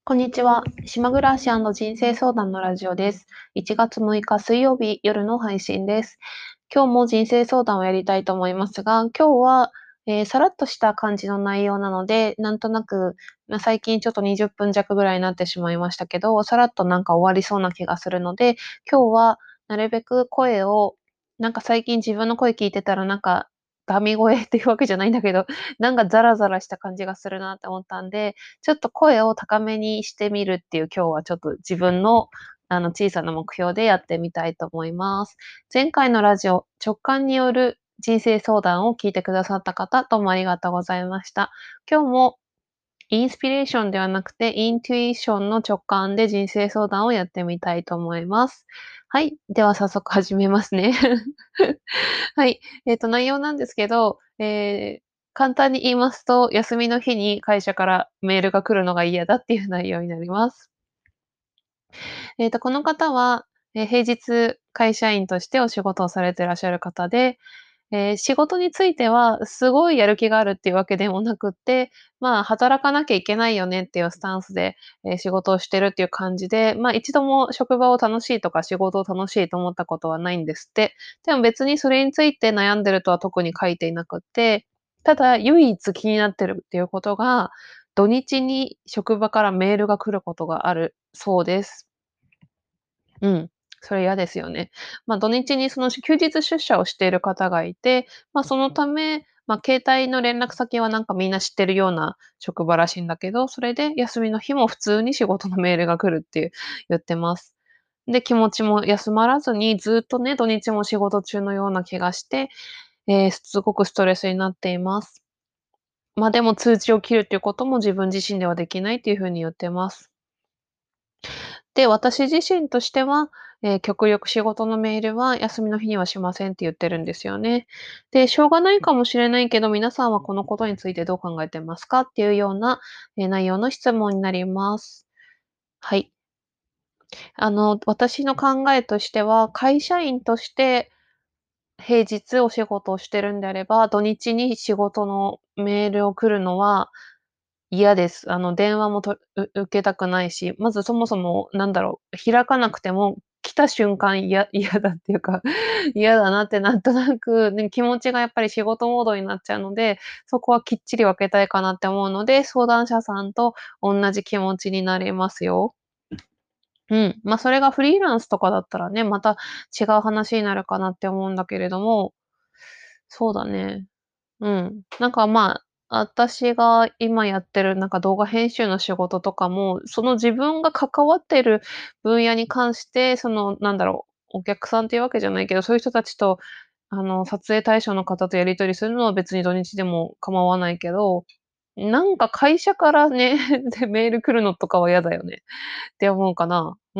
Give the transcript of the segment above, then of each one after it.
こんにちは。島暮らし人生相談のラジオです。1月6日水曜日夜の配信です。今日も人生相談をやりたいと思いますが、今日は、さらっとした感じの内容なので、なんとなく、最近ちょっと20分弱ぐらいになってしまいましたけど、さらっとなんか終わりそうな気がするので、今日はなるべく声を、なんか最近自分の声聞いてたらなんか、ダミ声っていうわけじゃないんだけど、なんかザラザラした感じがするなって思ったんで、ちょっと声を高めにしてみるっていう今日はちょっと自分の小さな目標でやってみたいと思います。前回のラジオ、直感による人生相談を聞いてくださった方、どうもありがとうございました。今日もインスピレーションではなくて、イントゥイションの直感で人生相談をやってみたいと思います。はい。では早速始めますね。はい。内容なんですけど、簡単に言いますと、休みの日に会社からメールが来るのが嫌だっていう内容になります。この方は、平日会社員としてお仕事をされていらっしゃる方で、仕事についてはすごいやる気があるっていうわけでもなくって、まあ、働かなきゃいけないよねっていうスタンスで、仕事をしてるっていう感じで、まあ、一度も職場を楽しいとか仕事を楽しいと思ったことはないんですって。でも別にそれについて悩んでるとは特に書いていなくって、ただ唯一気になってるっていうことが、土日に職場からメールが来ることがあるそうです。うん、それ嫌ですよね。土日にその休日出社をしている方がいて、そのため、携帯の連絡先はなんかみんな知ってるような職場らしいんだけど、それで休みの日も普通に仕事のメールが来るっていう言ってます。で、気持ちも休まらずにずっとね、土日も仕事中のような気がして、すごくストレスになっています。でも通知を切るっていうことも自分自身ではできないっていう風に言ってます。で、私自身としては、極力仕事のメールは休みの日にはしませんって言ってるんですよね。で、しょうがないかもしれないけど、皆さんはこのことについてどう考えてますかっていうような、内容の質問になります。はい。私の考えとしては、会社員として平日お仕事をしてるんであれば、土日に仕事のメールを来るのは嫌です。電話も受けたくないし、まずそもそも開かなくても、来た瞬間嫌だっていうか、嫌だなってなんとなくね、気持ちがやっぱり仕事モードになっちゃうので、そこはきっちり分けたいかなって思うので、相談者さんと同じ気持ちになりますよ。うん。それがフリーランスとかだったらね、また違う話になるかなって思うんだけれども、そうだね。うん。私が今やってる動画編集の仕事とかも、その自分が関わってる分野に関して、お客さんっていうわけじゃないけど、そういう人たちと、撮影対象の方とやり取りするのは別に土日でも構わないけど、なんか会社からね、で、メール来るのとかは嫌だよねって思うかな。うん。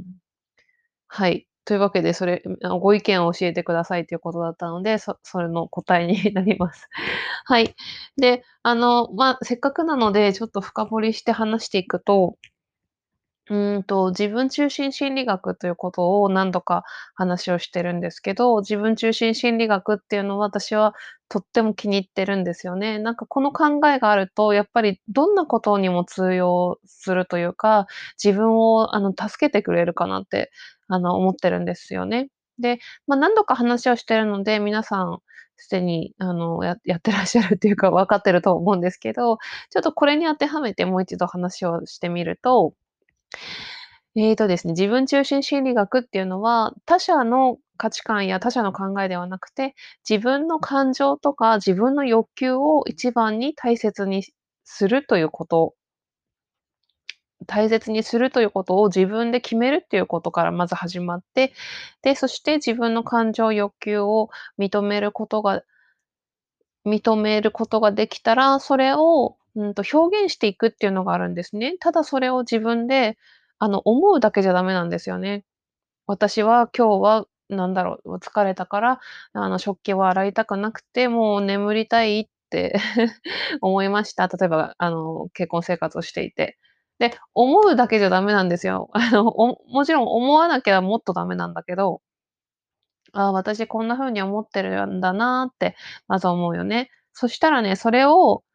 はい。というわけで、ご意見を教えてくださいということだったので、それの答えになります。はい。で、せっかくなので、ちょっと深掘りして話していくと、自分中心心理学ということを何度か話をしてるんですけど、自分中心心理学っていうのは私はとっても気に入ってるんですよね。なんかこの考えがあると、やっぱりどんなことにも通用するというか、自分を助けてくれるかなって、思ってるんですよね。で、何度か話をしてるので、皆さんすでにやってらっしゃるっていうか分かってると思うんですけど、ちょっとこれに当てはめてもう一度話をしてみると、ですね、自分中心心理学っていうのは、他者の価値観や他者の考えではなくて、自分の感情とか自分の欲求を一番にするということ大切にするということを自分で決めるっていうことからまず始まって、で、そして自分の感情、欲求を認めることが認めることができたら、それを、表現していくっていうのがあるんですね。ただそれを自分で、思うだけじゃダメなんですよね。私は今日は、疲れたから、食器を洗いたくなくて、もう眠りたいって思いました。例えば、結婚生活をしていて。で、思うだけじゃダメなんですよ。もちろん思わなきゃもっとダメなんだけど、ああ、私こんな風に思ってるんだなって、まず思うよね。そしたらね、それを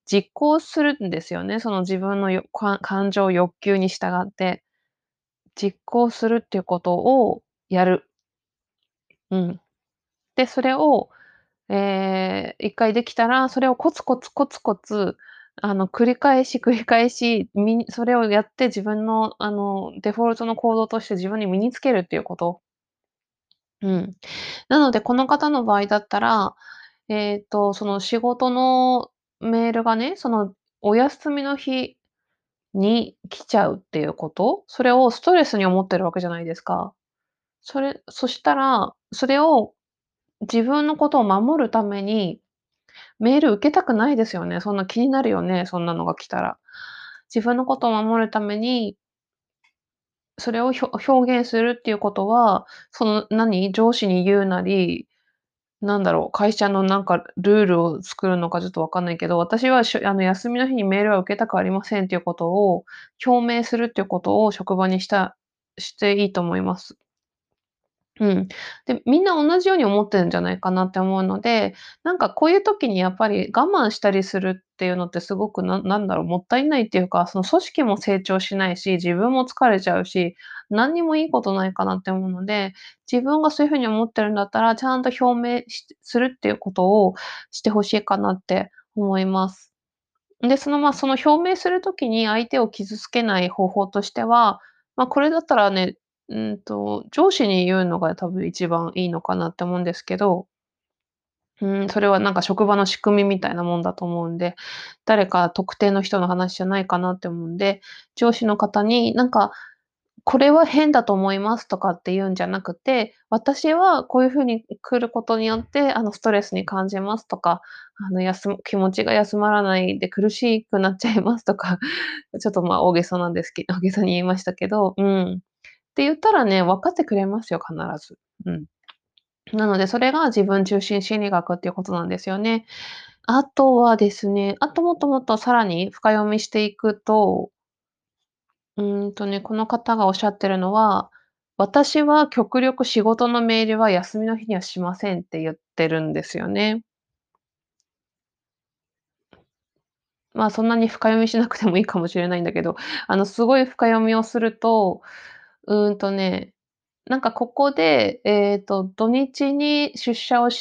実行するんですよね。その自分の感情、欲求に従って実行するっていうことをやる。うん。で、それを、1回できたら、それをコツコツコツコツ、繰り返し繰り返し、それをやって自分の、デフォルトの行動として自分に身につけるっていうこと。うん。なので、この方の場合だったら、その仕事のメールがね、そのお休みの日に来ちゃうっていうこと、それをストレスに思ってるわけじゃないですか。そしたら、それを自分のことを守るために、メール受けたくないですよね。そんな気になるよね、そんなのが来たら。自分のことを守るために、それを表現するっていうことは、上司に言うなり、なんだろう、会社のなんかルールを作るのかちょっとわかんないけど、私は休みの日にメールは受けたくありませんっていうことを表明するっていうことを職場にしていいと思います。うん。で、みんな同じように思ってるんじゃないかなって思うので、なんかこういう時にやっぱり我慢したりするっていうのってすごくなんだろう、もったいないっていうか、その組織も成長しないし、自分も疲れちゃうし、何にもいいことないかなって思うので、自分がそういう風に思ってるんだったら、ちゃんと表明するっていうことをして欲しいかなって思います。で、その表明する時に相手を傷つけない方法としては、これだったらね、上司に言うのが多分一番いいのかなって思うんですけど、それはなんか職場の仕組みみたいなもんだと思うんで、誰か特定の人の話じゃないかなって思うんで、上司の方になんかこれは変だと思いますとかって言うんじゃなくて、私はこういう風に来ることによって、ストレスに感じますとか、気持ちが休まらないで苦しくなっちゃいますとか、ちょっと、大げさなんですけ大げさに言いましたけど、うん。って言ったらね、分かってくれますよ、必ず。うん。なので、それが自分中心心理学っていうことなんですよね。あとはですね、あともっともっとさらに深読みしていくと、この方がおっしゃってるのは、私は極力仕事のメールは休みの日にはしませんって言ってるんですよね。そんなに深読みしなくてもいいかもしれないんだけど、すごい深読みをすると、うーんとね、なんかここで、土日に出社をして、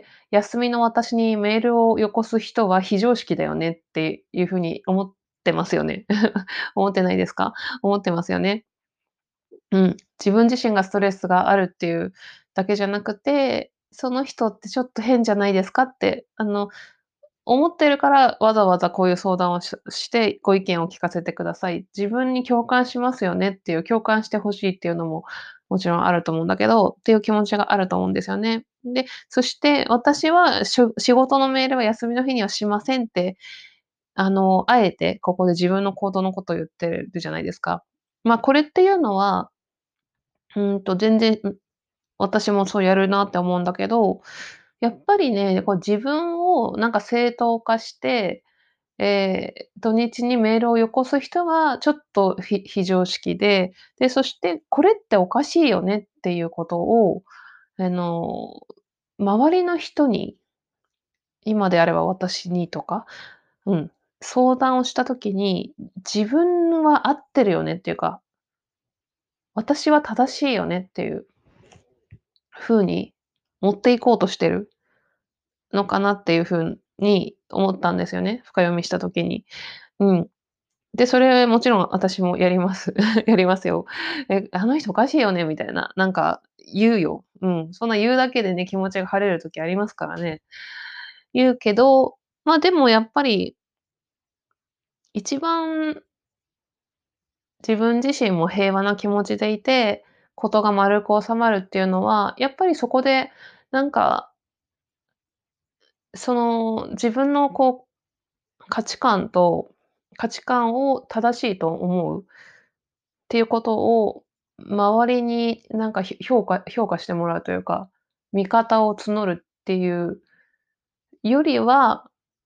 休みの私にメールをよこす人は非常識だよねっていう風に思ってますよね。思ってないですか？思ってますよね。うん、自分自身がストレスがあるっていうだけじゃなくて、その人ってちょっと変じゃないですかって、思ってるから、わざわざこういう相談をしてご意見を聞かせてください。自分に共感しますよねっていう、共感して欲しいっていうのももちろんあると思うんだけど、っていう気持ちがあると思うんですよね。で、そして私は仕事のメールは休みの日にはしませんって、あえてここで自分の行動のことを言ってるじゃないですか。これっていうのは全然、私もそうやるなって思うんだけど、やっぱりね、こう自分をなんか正当化して、土日にメールをよこす人はちょっと非常識で、で、そしてこれっておかしいよねっていうことを、あの、周りの人に、今であれば私にとか、うん、相談をした時に、自分は合ってるよねっていうか、私は正しいよねっていう風に持っていこうとしてるのかなっていう風に思ったんですよね、深読みした時に。うん。で、それもちろん私もやります。やりますよ。あの人おかしいよねみたいな、なんか言うよ。うん。そんな言うだけでね、気持ちが晴れる時ありますからね。言うけど、でもやっぱり、一番自分自身も平和な気持ちでいて、事が丸く収まるっていうのは、やっぱりそこでなんか自分の価値観価値観を正しいと思うっていうことを、周りになんか評価してもらうというか、味方を募るっていうよりは、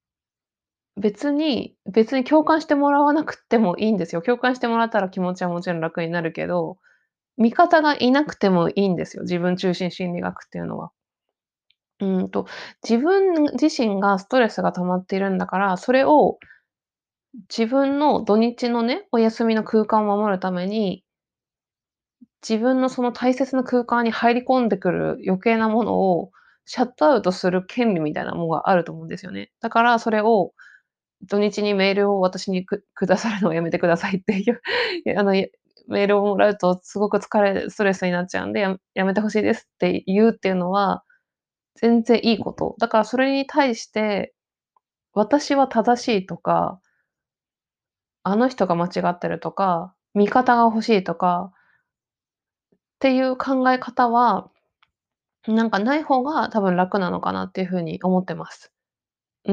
別に共感してもらわなくてもいいんですよ。共感してもらったら気持ちはもちろん楽になるけど、味方がいなくてもいいんですよ、自分中心心理学っていうのは。 うんと、自分自身がストレスが溜まっているんだから、それを自分の土日のね、お休みの空間を守るために、自分のその大切な空間に入り込んでくる余計なものをシャットアウトする権利みたいなものがあると思うんですよね。だからそれを土日にメールを私にくださるのをやめてくださいっていう、メールをもらうとすごくストレスになっちゃうんで、やめて欲しいですって言うっていうのは、全然いいこと。だからそれに対して、私は正しいとか、あの人が間違ってるとか、味方が欲しいとかっていう考え方は、なんかない方が多分楽なのかなっていう風に思ってます。うん。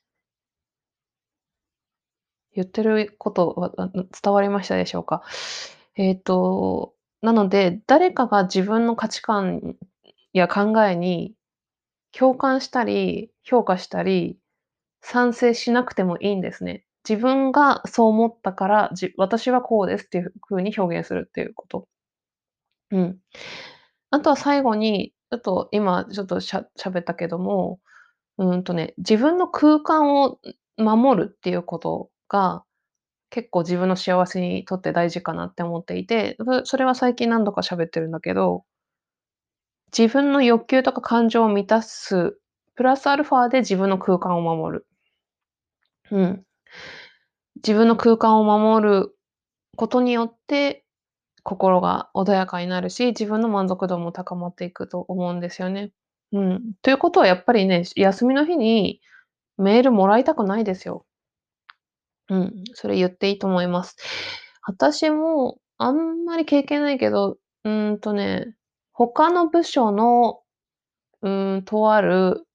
言ってることは、伝わりましたでしょうか？えっと、なので、誰かが自分の価値観や考えに共感したり、評価したり、賛成しなくてもいいんですね。自分がそう思ったから、私はこうですっていう風に表現するっていうこと。うん。あとは最後に、ちょっと今ちょっと喋ったけども、自分の空間を守るっていうことが、結構自分の幸せにとって大事かなって思っていて、それは最近何度か喋ってるんだけど、自分の欲求とか感情を満たす、プラスアルファで自分の空間を守る。うん。自分の空間を守ることによって、心が穏やかになるし、自分の満足度も高まっていくと思うんですよね。うん。ということはやっぱりね、休みの日にメールもらいたくないですよ。うん、それ言っていいと思います。私もあんまり経験ないけど、他の部署の、とある、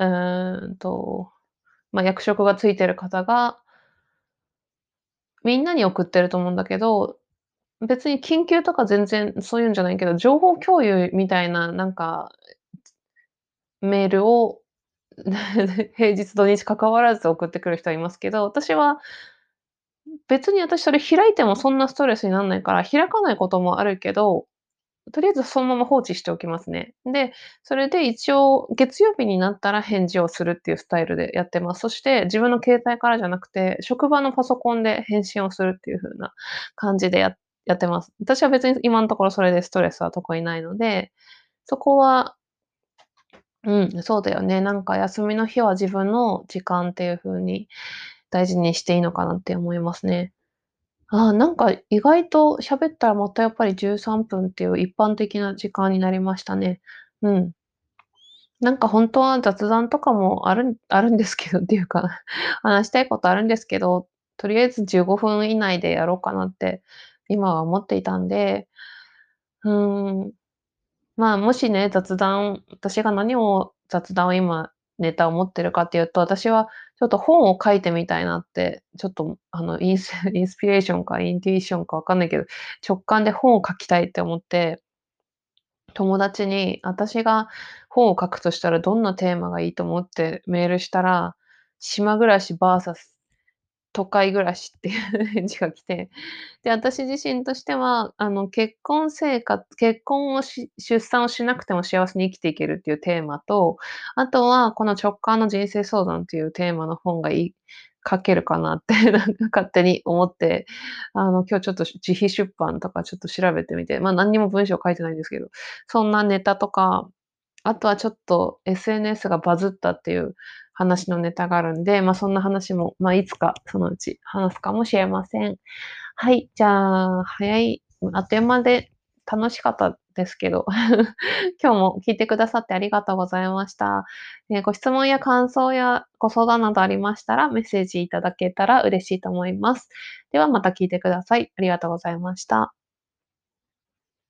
役職がついてる方が、みんなに送ってると思うんだけど、別に緊急とか全然そういうんじゃないけど、情報共有みたいな、メールを平日土日関わらず送ってくる人はいますけど、私は別に私それ開いてもそんなストレスになんないから、開かないこともあるけど、とりあえずそのまま放置しておきますね。で、それで一応月曜日になったら返事をするっていうスタイルでやってます。そして自分の携帯からじゃなくて、職場のパソコンで返信をするっていう風な感じでやってます。私は別に今のところそれでストレスは特にないので、そこはそうだよね。なんか休みの日は自分の時間っていう風に大事にしていいのかなって思いますね。ああ、なんか意外と喋ったらまたやっぱり13分っていう一般的な時間になりましたね。うん。なんか本当は雑談とかもあるんですけどっていうか、話したいことあるんですけど、とりあえず15分以内でやろうかなって今は思っていたんで、うーん、もしね、私が何を雑談を今、ネタを持ってるかっていうと、私はちょっと本を書いてみたいなって、ちょっとインスピレーションかインテュイションかわかんないけど、直感で本を書きたいって思って、友達に私が本を書くとしたらどんなテーマがいいと思ってメールしたら、島暮らし VS 都会暮らしっていう返事が来て、で、私自身としては、結婚を出産をしなくても幸せに生きていけるっていうテーマと、あとはこの直感の人生相談っていうテーマの本が書けるかなってなんか勝手に思って、今日ちょっと自費出版とかちょっと調べてみて、何にも文章書いてないんですけど、そんなネタとか、あとはちょっと SNS がバズったっていう話のネタがあるんで、そんな話も、いつかそのうち話すかもしれません。はい、じゃあ、あっという間で楽しかったですけど、今日も聞いてくださってありがとうございました。ご質問や感想やご相談などありましたら、メッセージいただけたら嬉しいと思います。ではまた聞いてください。ありがとうございました。